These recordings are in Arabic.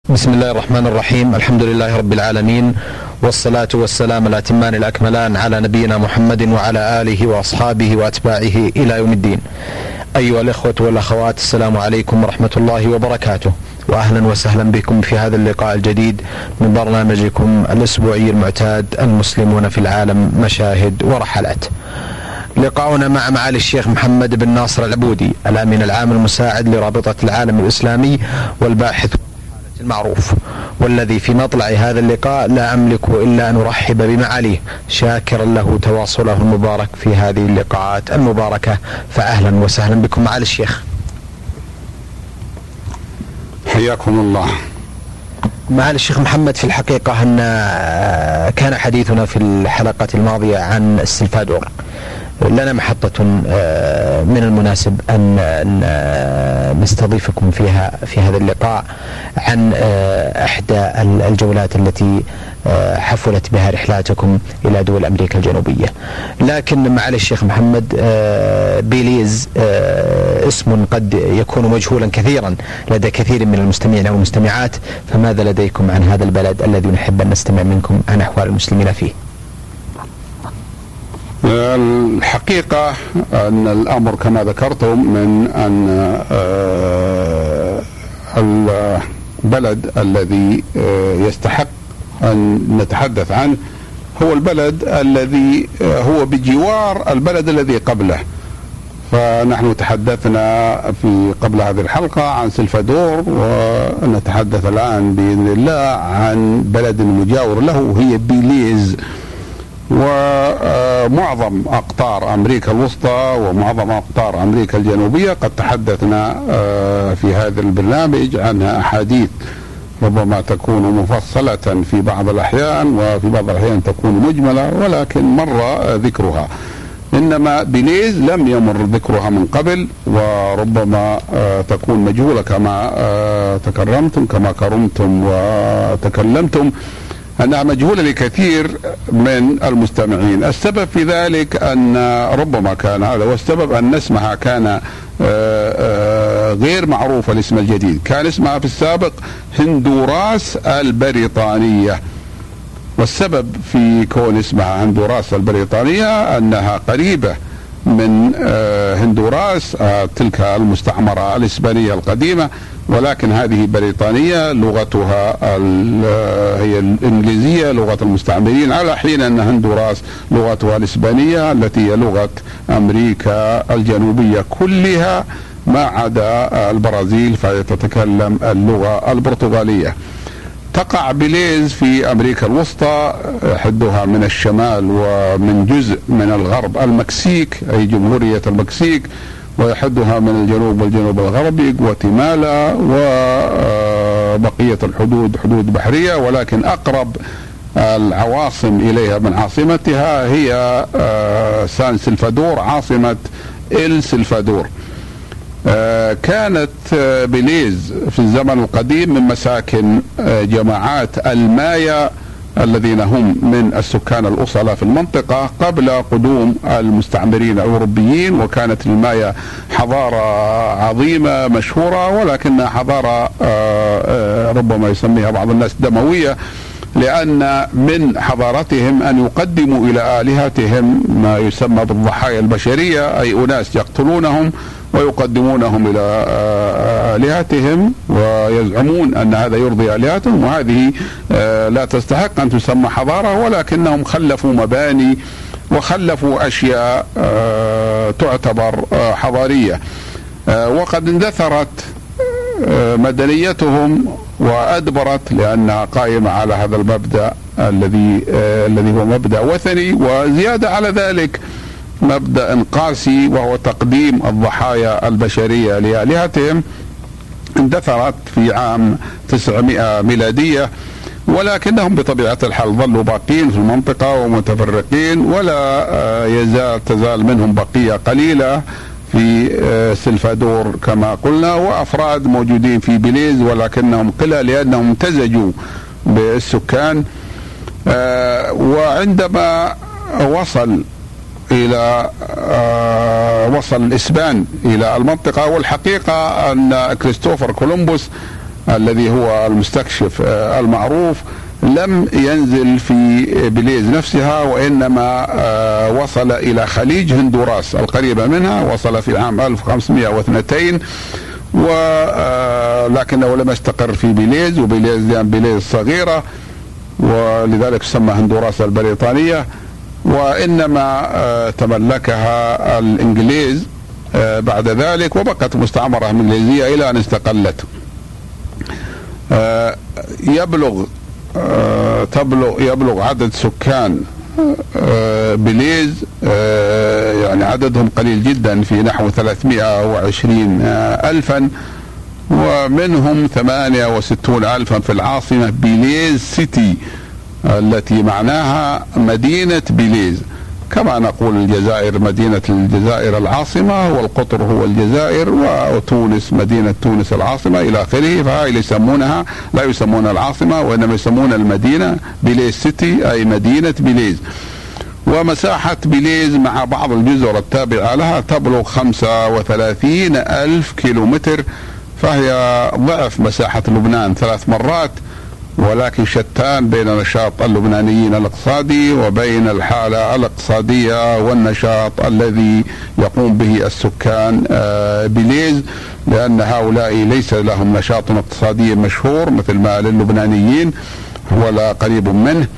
بسم الله الرحمن الرحيم. الحمد لله رب العالمين، والصلاة والسلام الأتمان الأكملان على نبينا محمد وعلى آله وأصحابه وأتباعه إلى يوم الدين. أيها الإخوة والأخوات، السلام عليكم ورحمة الله وبركاته، وأهلا وسهلا بكم في هذا اللقاء الجديد من برنامجكم الأسبوعي المعتاد المسلمون في العالم مشاهد ورحلات. لقاؤنا مع معالي الشيخ محمد بن ناصر العبودي، الأمين العام المساعد لرابطة العالم الإسلامي والباحث المعروف، والذي في مطلع هذا اللقاء لا أملك إلا أن أرحب بمعاليه، شاكرا له تواصله المبارك في هذه اللقاءات المباركة. فأهلا وسهلا بكم معالي الشيخ. حياكم الله. معالي الشيخ محمد، في الحقيقة أن كان حديثنا في الحلقة الماضية عن السلفادور. لنا محطة من المناسب أن نستضيفكم فيها في هذا اللقاء عن إحدى الجولات التي حفلت بها رحلاتكم إلى دول أمريكا الجنوبية. لكن معالي الشيخ محمد، بيليز اسم قد يكون مجهولا كثيرا لدى كثير من المستمعين والمستمعات، فماذا لديكم عن هذا البلد الذي نحب أن نستمع منكم عن أحوال المسلمين فيه؟ الحقيقة أن الأمر كما ذكرتم من أن البلد الذي يستحق أن نتحدث عنه هو البلد الذي هو بجوار البلد الذي قبله. فنحن تحدثنا في قبل هذه الحلقة عن سلفادور، ونتحدث الآن بإذن الله عن بلد مجاور له هي بيليز. ومعظم أقطار أمريكا الوسطى ومعظم أقطار أمريكا الجنوبية قد تحدثنا في هذا البرنامج عنها أحاديث ربما تكون مفصلة في بعض الأحيان، وفي بعض الأحيان تكون مجملة ولكن مر ذكرها. إنما بيليز لم يمر ذكرها من قبل، وربما تكون مجهولة كما تكرمتم كما كرمتم وتكلمتم، أنها مجهولة لكثير من المستمعين. السبب في ذلك أن ربما كان هذا هو السبب، أن اسمها كان غير معروف. الاسم الجديد كان اسمها في السابق هندوراس البريطانية، والسبب في كون اسمها هندوراس البريطانية أنها قريبة من هندوراس تلك المستعمرة الإسبانية القديمة، ولكن هذه بريطانية لغتها هي الإنجليزية لغة المستعمرين، على حين أن هندوراس لغتها الإسبانية التي هي لغة أمريكا الجنوبية كلها ما عدا البرازيل فهي تتكلم اللغة البرتغالية. تقع بيليز في أمريكا الوسطى، حدها من الشمال ومن جزء من الغرب المكسيك أي جمهورية المكسيك، ويحدها من الجنوب والجنوب الغربي غواتيمالا، وبقية الحدود حدود بحرية، ولكن أقرب العواصم إليها من عاصمتها هي سان سلفادور، عاصمة السلفادور. كانت بيليز في الزمن القديم من مساكن جماعات المايا الذين هم من السكان الأصلة في المنطقة قبل قدوم المستعمرين الأوروبيين، وكانت المايا حضارة عظيمة مشهورة، ولكنها حضارة ربما يسميها بعض الناس دموية، لأن من حضارتهم أن يقدموا إلى آلهتهم ما يسمى بالضحايا البشرية، أي أناس يقتلونهم ويقدمونهم إلى آلهتهم ويزعمون أن هذا يرضي آلهتهم، وهذه لا تستحق أن تسمى حضارة، ولكنهم خلفوا مباني وخلفوا أشياء تعتبر حضارية، وقد اندثرت مدنيتهم وأدبرت لأنها قائمة على هذا المبدأ الذي هو مبدأ وثني، وزيادة على ذلك مبدأ قاسي وهو تقديم الضحايا البشرية لآلهتهم. اندثرت في عام 900 ميلادية، ولكنهم بطبيعة الحال ظلوا باقين في المنطقة ومتفرقين، ولا تزال منهم بقية قليلة في سلفادور كما قلنا، وأفراد موجودين في بيليز ولكنهم قلة لأنهم امتزجوا بالسكان. وعندما وصل الإسبان إلى المنطقة، والحقيقة أن كريستوفر كولومبوس الذي هو المستكشف المعروف لم ينزل في بليز نفسها، وإنما وصل إلى خليج هندوراس القريبة منها، وصل في عام 1502 ولكنه لم يستقر في بليز، وبليز لأن بليز صغيرة ولذلك تسمى هندوراس البريطانية، وإنما تملكها الإنجليز بعد ذلك، وبقت مستعمرة إنجليزية إلى أن استقلت. يبلغ عدد سكان بليز يعني عددهم قليل جدا، في نحو 320 ألفا، ومنهم 68 ألفا في العاصمة بليز سيتي التي معناها مدينة بليز، كما نقول الجزائر مدينة الجزائر العاصمة، والقطر هو الجزائر، وتونس مدينة تونس العاصمة إلى آخره. فهاي يسمونها لا يسمون العاصمة وإنما يسمون المدينة بليز سيتي، أي مدينة بليز. ومساحة بليز مع بعض الجزر التابعة لها تبلغ 35 ألف كيلومتر، فهي ضعف مساحة لبنان 3 مرات، ولكن شتان بين نشاط اللبنانيين الاقتصادي وبين الحالة الاقتصادية والنشاط الذي يقوم به السكان بليز، لأن هؤلاء ليس لهم نشاط اقتصادي مشهور مثل ما للبنانيين ولا قريب منه.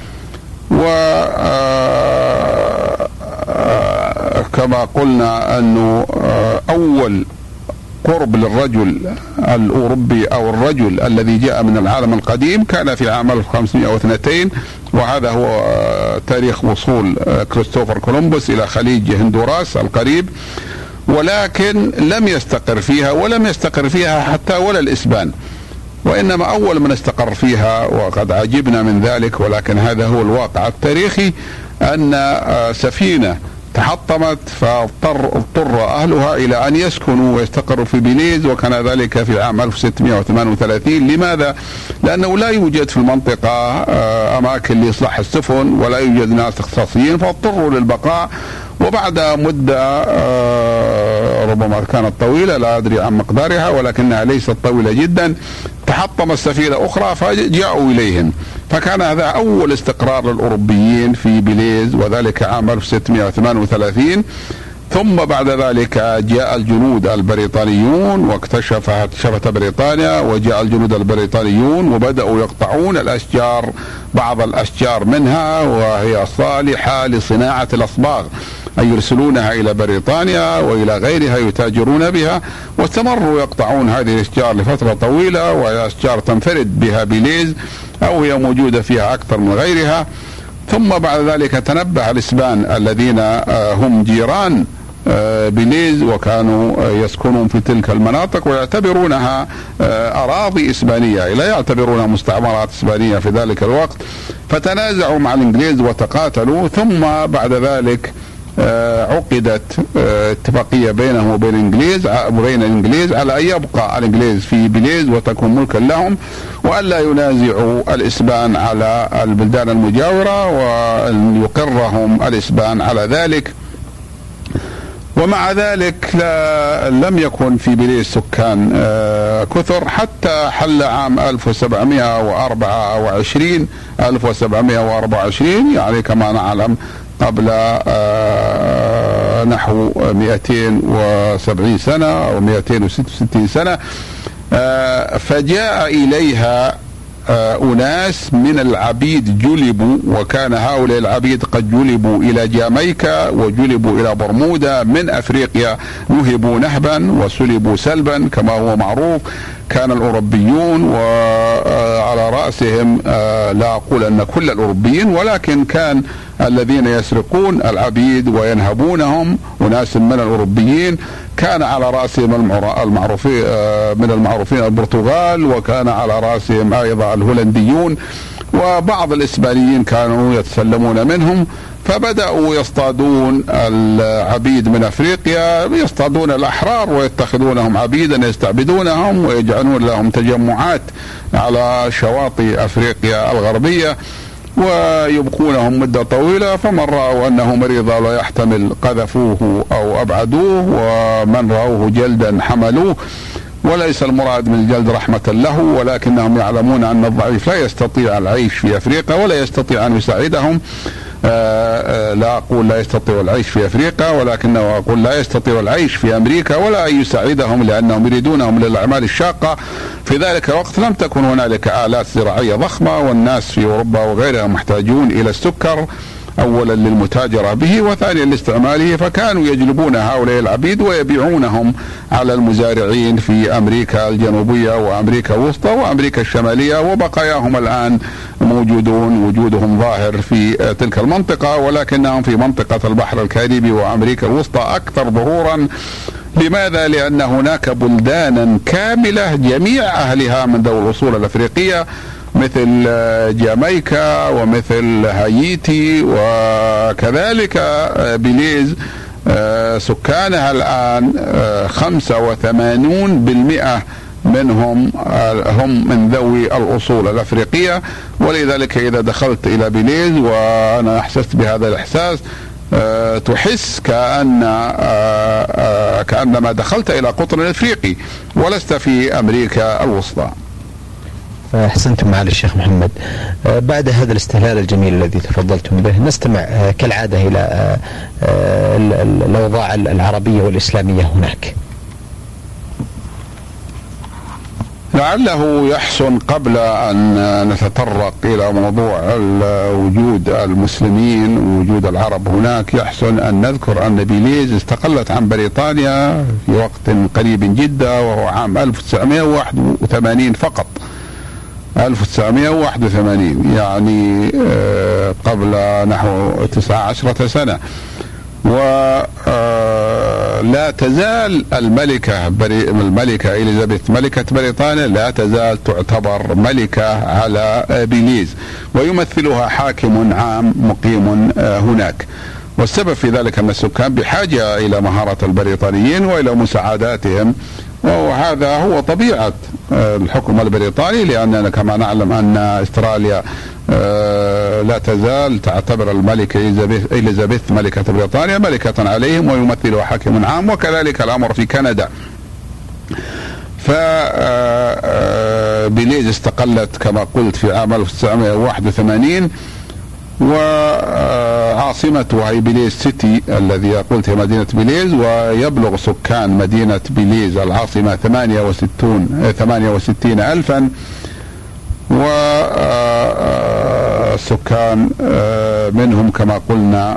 وكما قلنا أنه أول قرب للرجل الأوروبي أو الرجل الذي جاء من العالم القديم كان في عام 1502، وهذا هو تاريخ وصول كريستوفر كولومبوس إلى خليج هندوراس القريب، ولكن لم يستقر فيها، ولم يستقر فيها حتى ولا الإسبان، وإنما أول من استقر فيها، وقد عجبنا من ذلك ولكن هذا هو الواقع التاريخي، أن سفينة تحطمت فاضطر أهلها إلى أن يسكنوا ويستقروا في بليز، وكان ذلك في عام 1638. لماذا؟ لأنه لا يوجد في المنطقة أماكن لإصلاح السفن ولا يوجد ناس اختصاصيين، فاضطروا للبقاء. وبعد مدة ربما كانت طويلة لا أدري عن مقدارها ولكنها ليست طويلة جدا، تحطم السفينة أخرى فجاءوا إليهم، فكان هذا أول استقرار للأوروبيين في بليز، وذلك عام 1638. ثم بعد ذلك جاء الجنود البريطانيون واكتشفت بريطانيا، وجاء الجنود البريطانيون وبدأوا يقطعون الأشجار، بعض الأشجار منها وهي صالحة لصناعة الأصباغ، أي يرسلونها إلى بريطانيا وإلى غيرها يتاجرون بها، واستمروا يقطعون هذه الأشجار لفترة طويلة، وهي أشجار تنفرد بها بليز أو هي موجودة فيها أكثر من غيرها. ثم بعد ذلك تنبه الإسبان الذين هم جيران بليز وكانوا يسكنون في تلك المناطق ويعتبرونها أراضي إسبانية، لا يعتبرونها مستعمرات إسبانية في ذلك الوقت، فتنازعوا مع الإنجليز وتقاتلوا. ثم بعد ذلك عقدت اتفاقية بينهم وبين الإنجليز على أن يبقى الإنجليز في بليز وتكون ملكا لهم، وألا ينازعوا الإسبان على البلدان المجاورة، وأن يقرهم الإسبان على ذلك. ومع ذلك لم يكن في بليز سكان كثر حتى حل عام 1724 يعني كما نعلم قبل نحو 270 سنة أو 266 سنة، فجاء إليها أناس من العبيد جلبوا، وكان هؤلاء العبيد قد جلبوا إلى جامايكا وجلبوا إلى برمودا من أفريقيا، نهبوا نهبا وسلبوا سلبا كما هو معروف. كان الأوروبيون وعلى رأسهم لا أقول أن كل الأوروبيين، ولكن كان الذين يسرقون العبيد وينهبونهم أناس من الأوروبيين، كان على رأسهم من المعروفين البرتغال، وكان على رأسهم أيضا الهولنديون، وبعض الإسبانيين كانوا يتسلمون منهم، فبدأوا يصطادون العبيد من أفريقيا، يصطادون الأحرار ويتخذونهم عبيدا يستعبدونهم ويجعلون لهم تجمعات على شواطئ أفريقيا الغربية ويبقونهم مدة طويلة. فمن رأوا أنه مريض ولا يحتمل قذفوه أو أبعدوه، ومن رأوه جلدا حملوه. وليس المراد من الجلد رحمة له، ولكنهم يعلمون أن الضعيف لا يستطيع العيش في أفريقيا ولا يستطيع أن يساعدهم. لا أقول لا يستطيع العيش في أفريقيا، ولكنه أقول لا يستطيع العيش في أمريكا ولا أن يساعدهم، لأنهم يريدونهم للأعمال الشاقة. في ذلك الوقت لم تكن هنالك آلات زراعية ضخمة، والناس في أوروبا وغيرها محتاجون إلى السكر، أولا للمتاجرة به وثانيا لاستعماله، فكانوا يجلبون هؤلاء العبيد ويبيعونهم على المزارعين في أمريكا الجنوبية وأمريكا الوسطى وأمريكا الشمالية، وبقاياهم الآن موجودون، وجودهم ظاهر في تلك المنطقة، ولكنهم في منطقة البحر الكاريبي وأمريكا الوسطى أكثر ظهورا. لماذا؟ لأن هناك بلدانا كاملة جميع أهلها من ذوي الأصول الأفريقية، مثل جامايكا ومثل هايتي وكذلك بيليز، سكانها الآن 85% منهم هم من ذوي الأصول الأفريقية. ولذلك إذا دخلت إلى بيليز، وأنا أحسست بهذا الإحساس، تحس كأنما دخلت إلى قطر أفريقي ولست في أمريكا الوسطى. أحسنتم معالي الشيخ محمد. بعد هذا الاستهلال الجميل الذي تفضلتم به، نستمع كالعادة إلى الأوضاع العربية والإسلامية هناك. لعله يحسن قبل أن نتطرق إلى موضوع وجود المسلمين ووجود العرب هناك، يحسن أن نذكر أن بيليز استقلت عن بريطانيا في وقت قريب جدا، وهو عام 1981 فقط. 1981 يعني قبل نحو 19 سنة. ولا تزال الملكة إليزابيث ملكة بريطانيا لا تزال تعتبر ملكة على بيليز، ويمثلها حاكم عام مقيم هناك. والسبب في ذلك أن السكان بحاجة إلى مهارة البريطانيين وإلى مساعداتهم، وهذا هو طبيعة الحكم البريطاني، لأننا كما نعلم أن استراليا لا تزال تعتبر الملكة إليزابيث ملكة بريطانيا ملكة عليهم ويمثلها حاكم عام، وكذلك الأمر في كندا. فبيليز استقلت كما قلت في عام 1981، وعاصمتها هي بيليز سيتي الذي قلت هي مدينة بيليز، ويبلغ سكان مدينة بيليز العاصمة 68 ألفا، والسكان منهم كما قلنا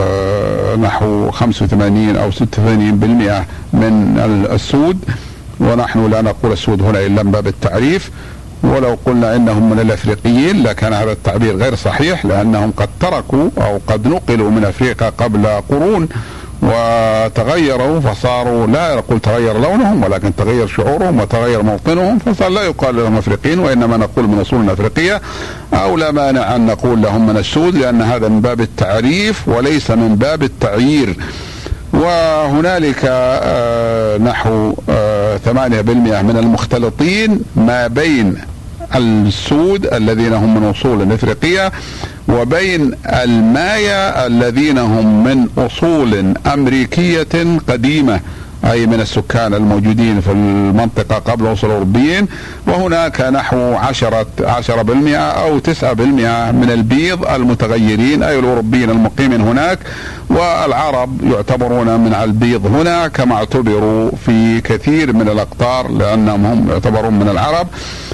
نحو 85 أو 86% من السود، ونحن لا نقول السود هنا إلا من باب التعريف، ولو قلنا إنهم من الأفريقيين لكان هذا التعبير غير صحيح، لأنهم قد تركوا أو قد نقلوا من أفريقيا قبل قرون وتغيروا، فصاروا لا نقول تغير لونهم ولكن تغير شعورهم وتغير موطنهم، فصار لا يقال لهم أفريقيين، وإنما نقول من أصول أفريقية، أو لا مانع أن نقول لهم من السود، لأن هذا من باب التعريف وليس من باب التعيير. وهنالك نحو 8% من المختلطين ما بين السود الذين هم من أصول أفريقية وبين المايا الذين هم من أصول أمريكية قديمة، أي من السكان الموجودين في المنطقة قبل وصول الأوروبيين. وهناك نحو 10% أو 9% من البيض المتغيرين، أي الأوروبيين المقيمين هناك، والعرب يعتبرون من البيض هنا كما اعتبروا في كثير من الأقطار، لأنهم هم يعتبرون من العرب.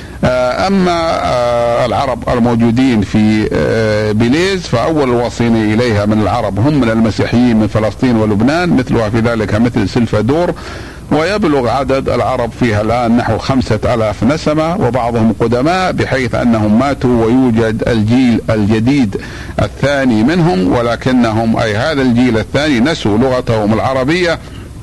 أما العرب الموجودين في بيليز فأول الواصلين إليها من العرب هم من المسيحيين من فلسطين ولبنان، مثلها في ذلك مثل سلفادور، ويبلغ عدد العرب فيها الآن نحو 5000 نسمة، وبعضهم قدماء بحيث أنهم ماتوا، ويوجد الجيل الجديد الثاني منهم، ولكنهم أي هذا الجيل الثاني نسوا لغتهم العربية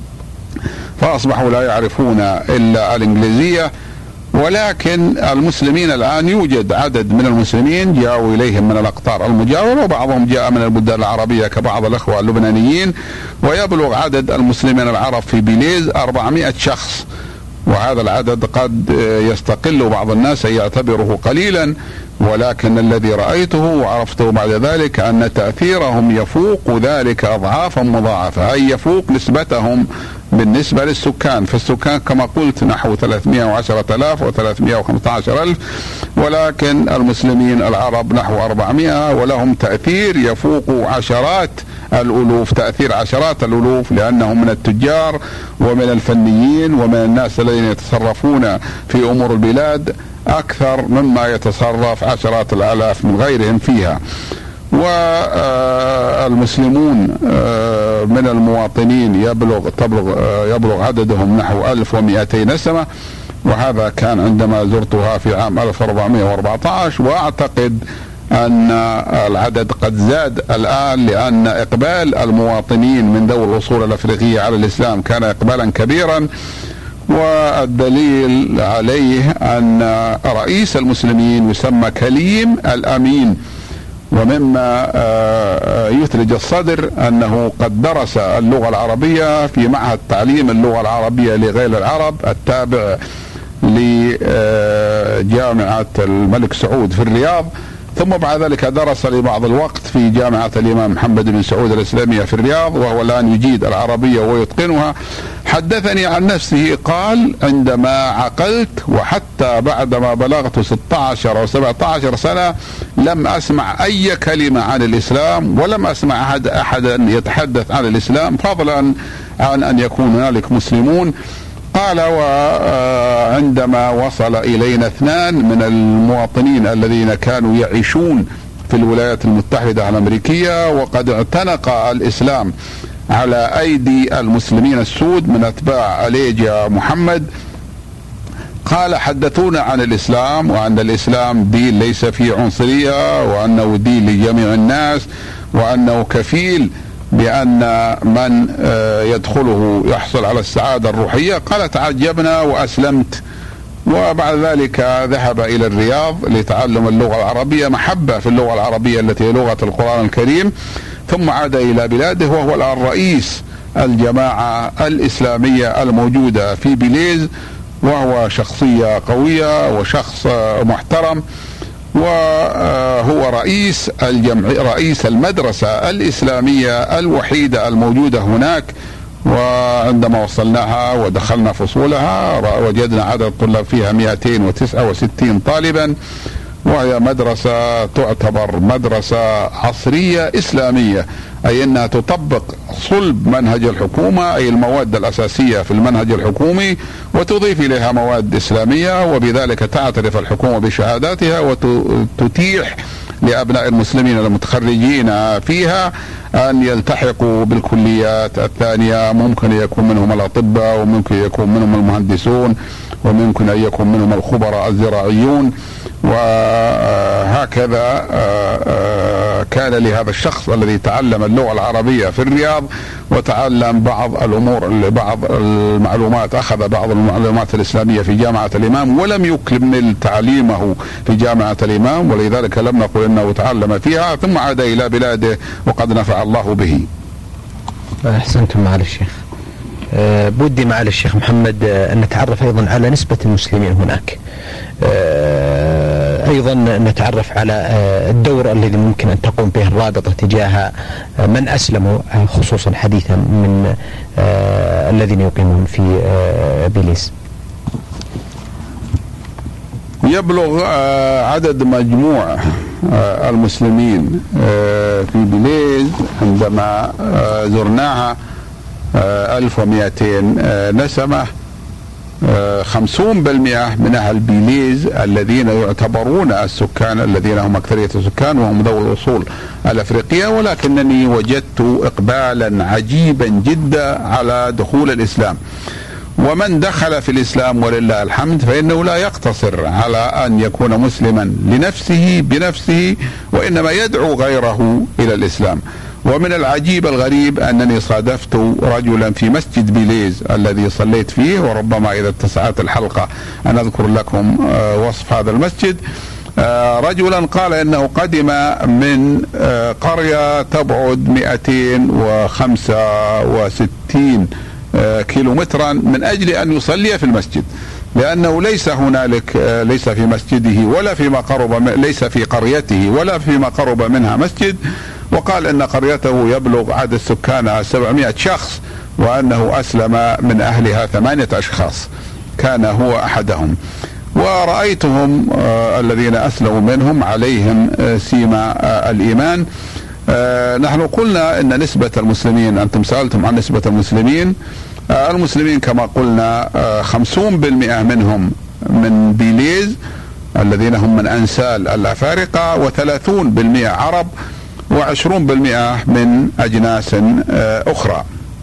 فأصبحوا لا يعرفون إلا الإنجليزية. ولكن المسلمين الآن يوجد عدد من المسلمين جاءوا إليهم من الأقطار المجاورة، وبعضهم جاء من البلدان العربية كبعض الأخوة اللبنانيين، ويبلغ عدد المسلمين العرب في بيليز 400 شخص، وهذا العدد قد يستقل بعض الناس يعتبره قليلا، ولكن الذي رأيته وعرفته بعد ذلك أن تأثيرهم يفوق ذلك أضعافا مضاعفة، أي يفوق نسبتهم بالنسبة للسكان، فالسكان كما قلت نحو 310,000 و315,000، ولكن المسلمين العرب نحو 400، ولهم تأثير يفوق عشرات الألوف، تأثير عشرات الألوف، لأنهم من التجار ومن الفنيين ومن الناس الذين يتصرفون في أمور البلاد أكثر مما يتصرف عشرات الآلاف من غيرهم فيها. والمسلمون من المواطنين يبلغ عددهم نحو 1200 نسمة، وهذا كان عندما زرتها في عام 1414، وأعتقد أن العدد قد زاد الآن، لأن إقبال المواطنين من ذوي الأصول الأفريقية على الإسلام كان إقبالا كبيرا. والدليل عليه أن رئيس المسلمين يسمى كليم الأمين، ومما يثلج الصدر أنه قد درس اللغة العربية في معهد تعليم اللغة العربية لغير العرب التابع لجامعة الملك سعود في الرياض، ثم بعد ذلك درس لبعض الوقت في جامعة الإمام محمد بن سعود الإسلامية في الرياض، وهو الآن يجيد العربية ويتقنها. حدثني عن نفسه قال: عندما عقلت وحتى بعدما بلغت 16 أو 17 سنة لم أسمع أي كلمة عن الإسلام، ولم أسمع أحدا يتحدث عن الإسلام، فضلا عن أن يكون هنالك مسلمون. قال: وعندما وصل إلينا 2 من المواطنين الذين كانوا يعيشون في الولايات المتحدة الأمريكية وقد اعتنق الإسلام على أيدي المسلمين السود من أتباع أليجيا محمد، قال: حدثونا عن الإسلام، وأن الإسلام دين ليس فيه عنصرية، وأنه دين لجميع الناس، وأنه كفيل بأن من يدخله يحصل على السعادة الروحية. قال: تعجبنا وأسلمت. وبعد ذلك ذهب إلى الرياض لتعلم اللغة العربية، محبة في اللغة العربية التي هي لغة القرآن الكريم، ثم عاد إلى بلاده، وهو الآن رئيس الجماعة الإسلامية الموجودة في بيليز، وهو شخصية قوية وشخص محترم، وهو رئيس المدرسة الإسلامية الوحيدة الموجودة هناك. وعندما وصلناها ودخلنا فصولها وجدنا عدد الطلاب فيها 269 طالبا، وهي مدرسة تعتبر مدرسة عصرية إسلامية، أي أنها تطبق صلب منهج الحكومة، أي المواد الأساسية في المنهج الحكومي، وتضيف إليها مواد إسلامية، وبذلك تعترف الحكومة بشهاداتها وتتيح لأبناء المسلمين المتخرجين فيها أن يلتحقوا بالكليات الثانية. ممكن يكون منهم الأطباء، وممكن يكون منهم المهندسون، وممكن أن يكون منهم الخبراء الزراعيون. وهكذا كان لهذا الشخص الذي تعلم اللغة العربية في الرياض وتعلم بعض المعلومات، أخذ بعض المعلومات الإسلامية في جامعة الإمام، ولم يكمل تعليمه في جامعة الإمام، ولذلك لم نقل إنه تعلم فيها، ثم عاد إلى بلاده وقد نفع الله به. أحسنتم معالي الشيخ. بودي معالي الشيخ محمد أن نتعرف أيضا على نسبة المسلمين هناك، أيضا نتعرف على الدور الذي ممكن أن تقوم به الرابطة تجاه من أسلموا، خصوصا حديثا من الذين يقيمون في بيليز. يبلغ عدد مجموع المسلمين في بيليز عندما زرناها 1200 نسمة. 50% من أهل بيليز الذين يعتبرون السكان الذين هم أكثرية السكان وهم ذوي الأصول الأفريقية، ولكنني وجدت إقبالا عجيبا جدا على دخول الإسلام. ومن دخل في الإسلام ولله الحمد فإنه لا يقتصر على أن يكون مسلما لنفسه بنفسه، وإنما يدعو غيره إلى الإسلام. ومن العجيب الغريب أنني صادفت رجلا في مسجد بيليز الذي صليت فيه، وربما إذا اتسعت الحلقة أن أذكر لكم وصف هذا المسجد. رجلا قال إنه قدم من قرية تبعد 265 كيلومترا من أجل أن يصلي في المسجد، لأنه ليس هنالك، ليس في مسجده ولا فيما قرب، ليس في قريته ولا فيما قرب منها مسجد. وقال إن قريته يبلغ عدد سكانها 700 شخص، وأنه أسلم من أهلها 8 أشخاص، كان هو أحدهم. ورأيتهم الذين أسلموا منهم عليهم سيما الإيمان. نحن قلنا إن نسبة المسلمين، أنتم سألتم عن نسبة المسلمين. المسلمين كما قلنا 50% منهم من بيليز الذين هم من أنسال الأفارقة، و30% عرب، و20% من أجناس أخرى.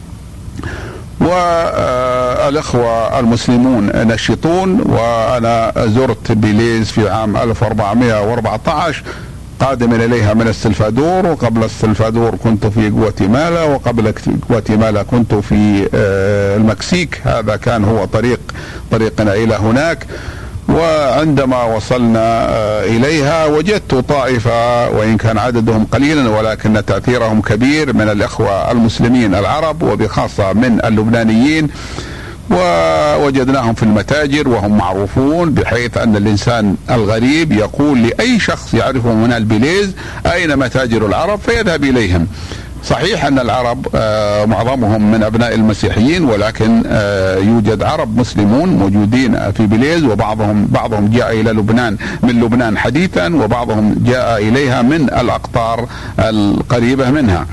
والإخوة المسلمون نشطون، وأنا زرت بيليز في عام 1414 قادما إليها من السلفادور، وقبل السلفادور كنت في غواتيمالا، وقبل غواتيمالا كنت في المكسيك. هذا كان هو طريقنا إلى هناك. وعندما وصلنا إليها وجدت طائفة، وإن كان عددهم قليلا ولكن تأثيرهم كبير، من الإخوة المسلمين العرب وبخاصة من اللبنانيين، ووجدناهم في المتاجر وهم معروفون، بحيث أن الإنسان الغريب يقول لأي شخص يعرفه من البيليز أين متاجر العرب فيذهب إليهم. صحيح أن العرب معظمهم من أبناء المسيحيين، ولكن يوجد عرب مسلمون موجودين في بيليز، وبعضهم جاء إلى لبنان من لبنان حديثا، وبعضهم جاء إليها من الأقطار القريبة منها.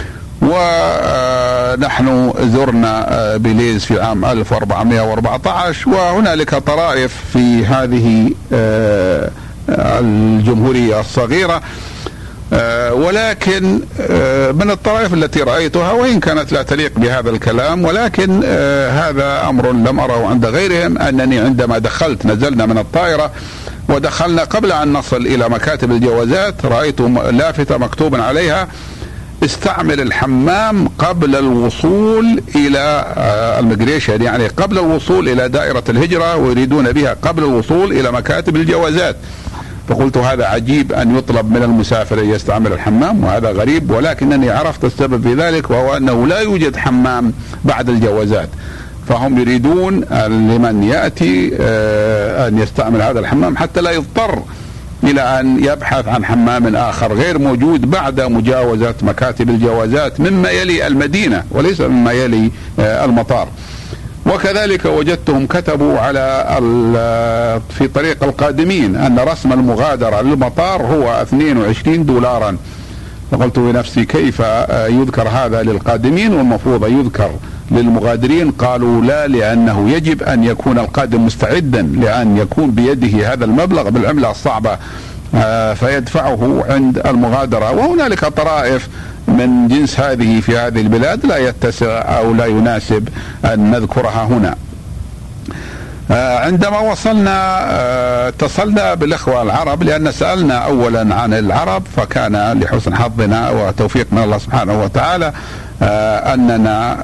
ونحن زرنا بيليز في عام 1414، وهنالك طرائف في هذه الجمهورية الصغيرة، ولكن من الطرائف التي رأيتها، وإن كانت لا تليق بهذا الكلام، ولكن هذا أمر لم أره عند غيرهم، أنني عندما نزلنا من الطائرة ودخلنا قبل أن نصل إلى مكاتب الجوازات، رأيت لافتة مكتوب عليها: استعمل الحمام قبل الوصول إلى الميجريشن، يعني قبل الوصول إلى دائرة الهجرة، ويريدون بها قبل الوصول إلى مكاتب الجوازات. فقلت هذا عجيب أن يطلب من المسافر أن يستعمل الحمام، وهذا غريب، ولكنني عرفت السبب في ذلك، وهو أنه لا يوجد حمام بعد الجوازات، فهم يريدون لمن يأتي أن يستعمل هذا الحمام حتى لا يضطر إلى أن يبحث عن حمام آخر غير موجود بعد مجاوزة مكاتب الجوازات مما يلي المدينة وليس مما يلي المطار. وكذلك وجدتهم كتبوا في طريق القادمين أن رسم المغادرة للمطار هو 22 دولارا. فقلت لنفسي كيف يذكر هذا للقادمين والمفروض يذكر للمغادرين؟ قالوا لا، لأنه يجب أن يكون القادم مستعدا لأن يكون بيده هذا المبلغ بالعملة الصعبة فيدفعه عند المغادرة. وهنالك طرائف من جنس هذه في هذه البلاد لا يتسع أو لا يناسب أن نذكرها هنا. عندما وصلنا اتصلنا بالإخوة العرب، لأن سألنا أولا عن العرب، فكان لحسن حظنا وتوفيق من الله سبحانه وتعالى أننا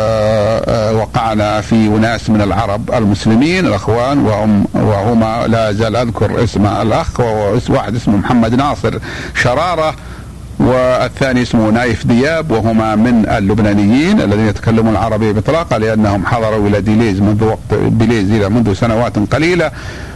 وقعنا في ناس من العرب المسلمين الأخوان، وهما لا زال أذكر اسم الأخ، واحد اسمه محمد ناصر شرارة، والثاني اسمه نايف دياب، وهما من اللبنانيين الذين يتكلمون العربية بطلاقة، لأنهم حضروا إلى بيليز منذ سنوات قليلة،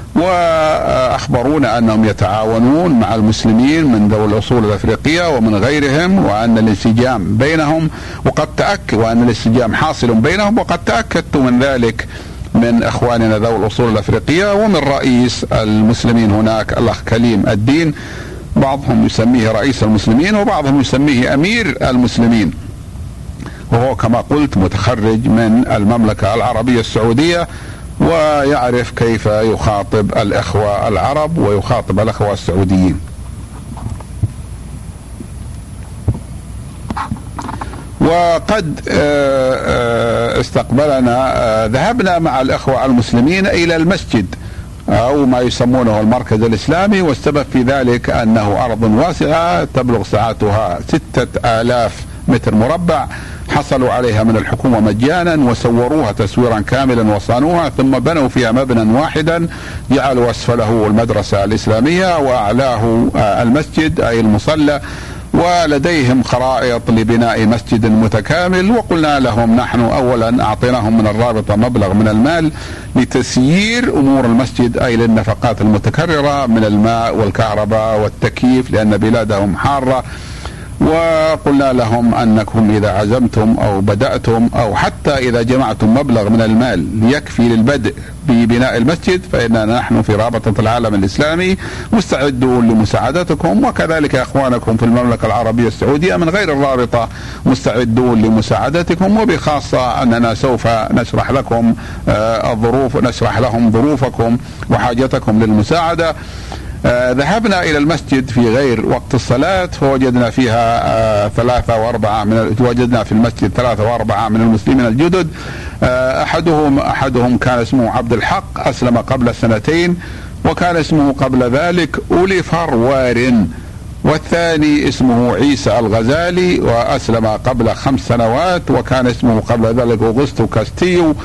وأخبرونا أنهم يتعاونون مع المسلمين من ذوي الأصول الأفريقية ومن غيرهم، وأن الانسجام بينهم وأن الانسجام حاصل بينهم، وقد تأكدت من ذلك من إخواننا ذوي الأصول الأفريقية ومن رئيس المسلمين هناك الأخ كليم الدين، بعضهم يسميه رئيس المسلمين وبعضهم يسميه أمير المسلمين، وهو كما قلت متخرج من المملكة العربية السعودية، ويعرف كيف يخاطب الإخوة العرب ويخاطب الإخوة السعوديين. وقد استقبلنا، ذهبنا مع الإخوة المسلمين إلى المسجد أو ما يسمونه المركز الإسلامي، والسبب في ذلك أنه أرض واسعة تبلغ سعتها 6000 متر مربع، حصلوا عليها من الحكومة مجانا وسوروها تسويرا كاملا وصانوها، ثم بنوا فيها مبنى واحدا جعلوا أسفله المدرسة الإسلامية وأعلاه المسجد أي المصلى، ولديهم خرائط لبناء مسجد متكامل. وقلنا لهم نحن أولا أعطيناهم من الرابطة مبلغ من المال لتسيير أمور المسجد أي للنفقات المتكررة من الماء والكهرباء والتكييف لأن بلادهم حارة، وقلنا لهم أنكم إذا عزمتم أو بدأتم أو حتى إذا جمعتم مبلغ من المال ليكفي للبدء ببناء المسجد فإننا نحن في رابطة العالم الإسلامي مستعدون لمساعدتكم، وكذلك أخوانكم في المملكة العربية السعودية من غير الرابطة مستعدون لمساعدتكم، وبخاصة أننا سوف نشرح لكم نشرح لهم ظروفكم وحاجتكم للمساعدة. ذهبنا إلى المسجد في غير وقت الصلاة فوجدنا فيها وجدنا في المسجد 3 و4 من المسلمين الجدد. أحدهم كان اسمه عبد الحق، أسلم قبل 2 وكان اسمه قبل ذلك أوليفر وارن، والثاني اسمه عيسى الغزالي وأسلم قبل 5 سنوات وكان اسمه قبل ذلك أوغسطو كاستيو.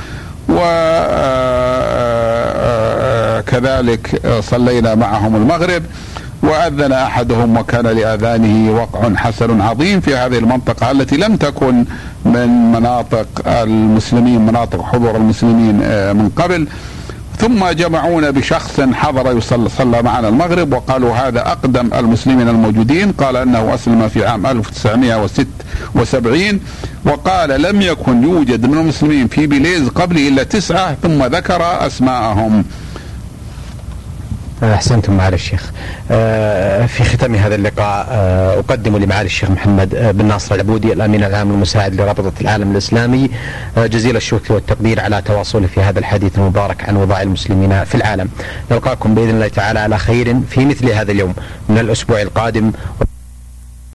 وكذلك صلينا معهم المغرب وأذن أحدهم وكان لأذانه وقع حسن عظيم في هذه المنطقة التي لم تكن من مناطق المسلمين، مناطق حضور المسلمين من قبل. ثم جمعونا بشخص حضر صلى معنا المغرب وقالوا هذا أقدم المسلمين الموجودين، قال أنه أسلم في عام 1976 وقال لم يكن يوجد من المسلمين في بليز قبل إلا 9، ثم ذكر أسماءهم. أحسنتم معالي الشيخ. في ختام هذا اللقاء أقدم لمعالي الشيخ محمد بن ناصر العبودي الأمين العام المساعد لرابطة العالم الإسلامي جزيل الشكر والتقدير على تواصله في هذا الحديث المبارك عن وضع المسلمين في العالم. نلقاكم بإذن الله تعالى على خير في مثل هذا اليوم من الأسبوع القادم.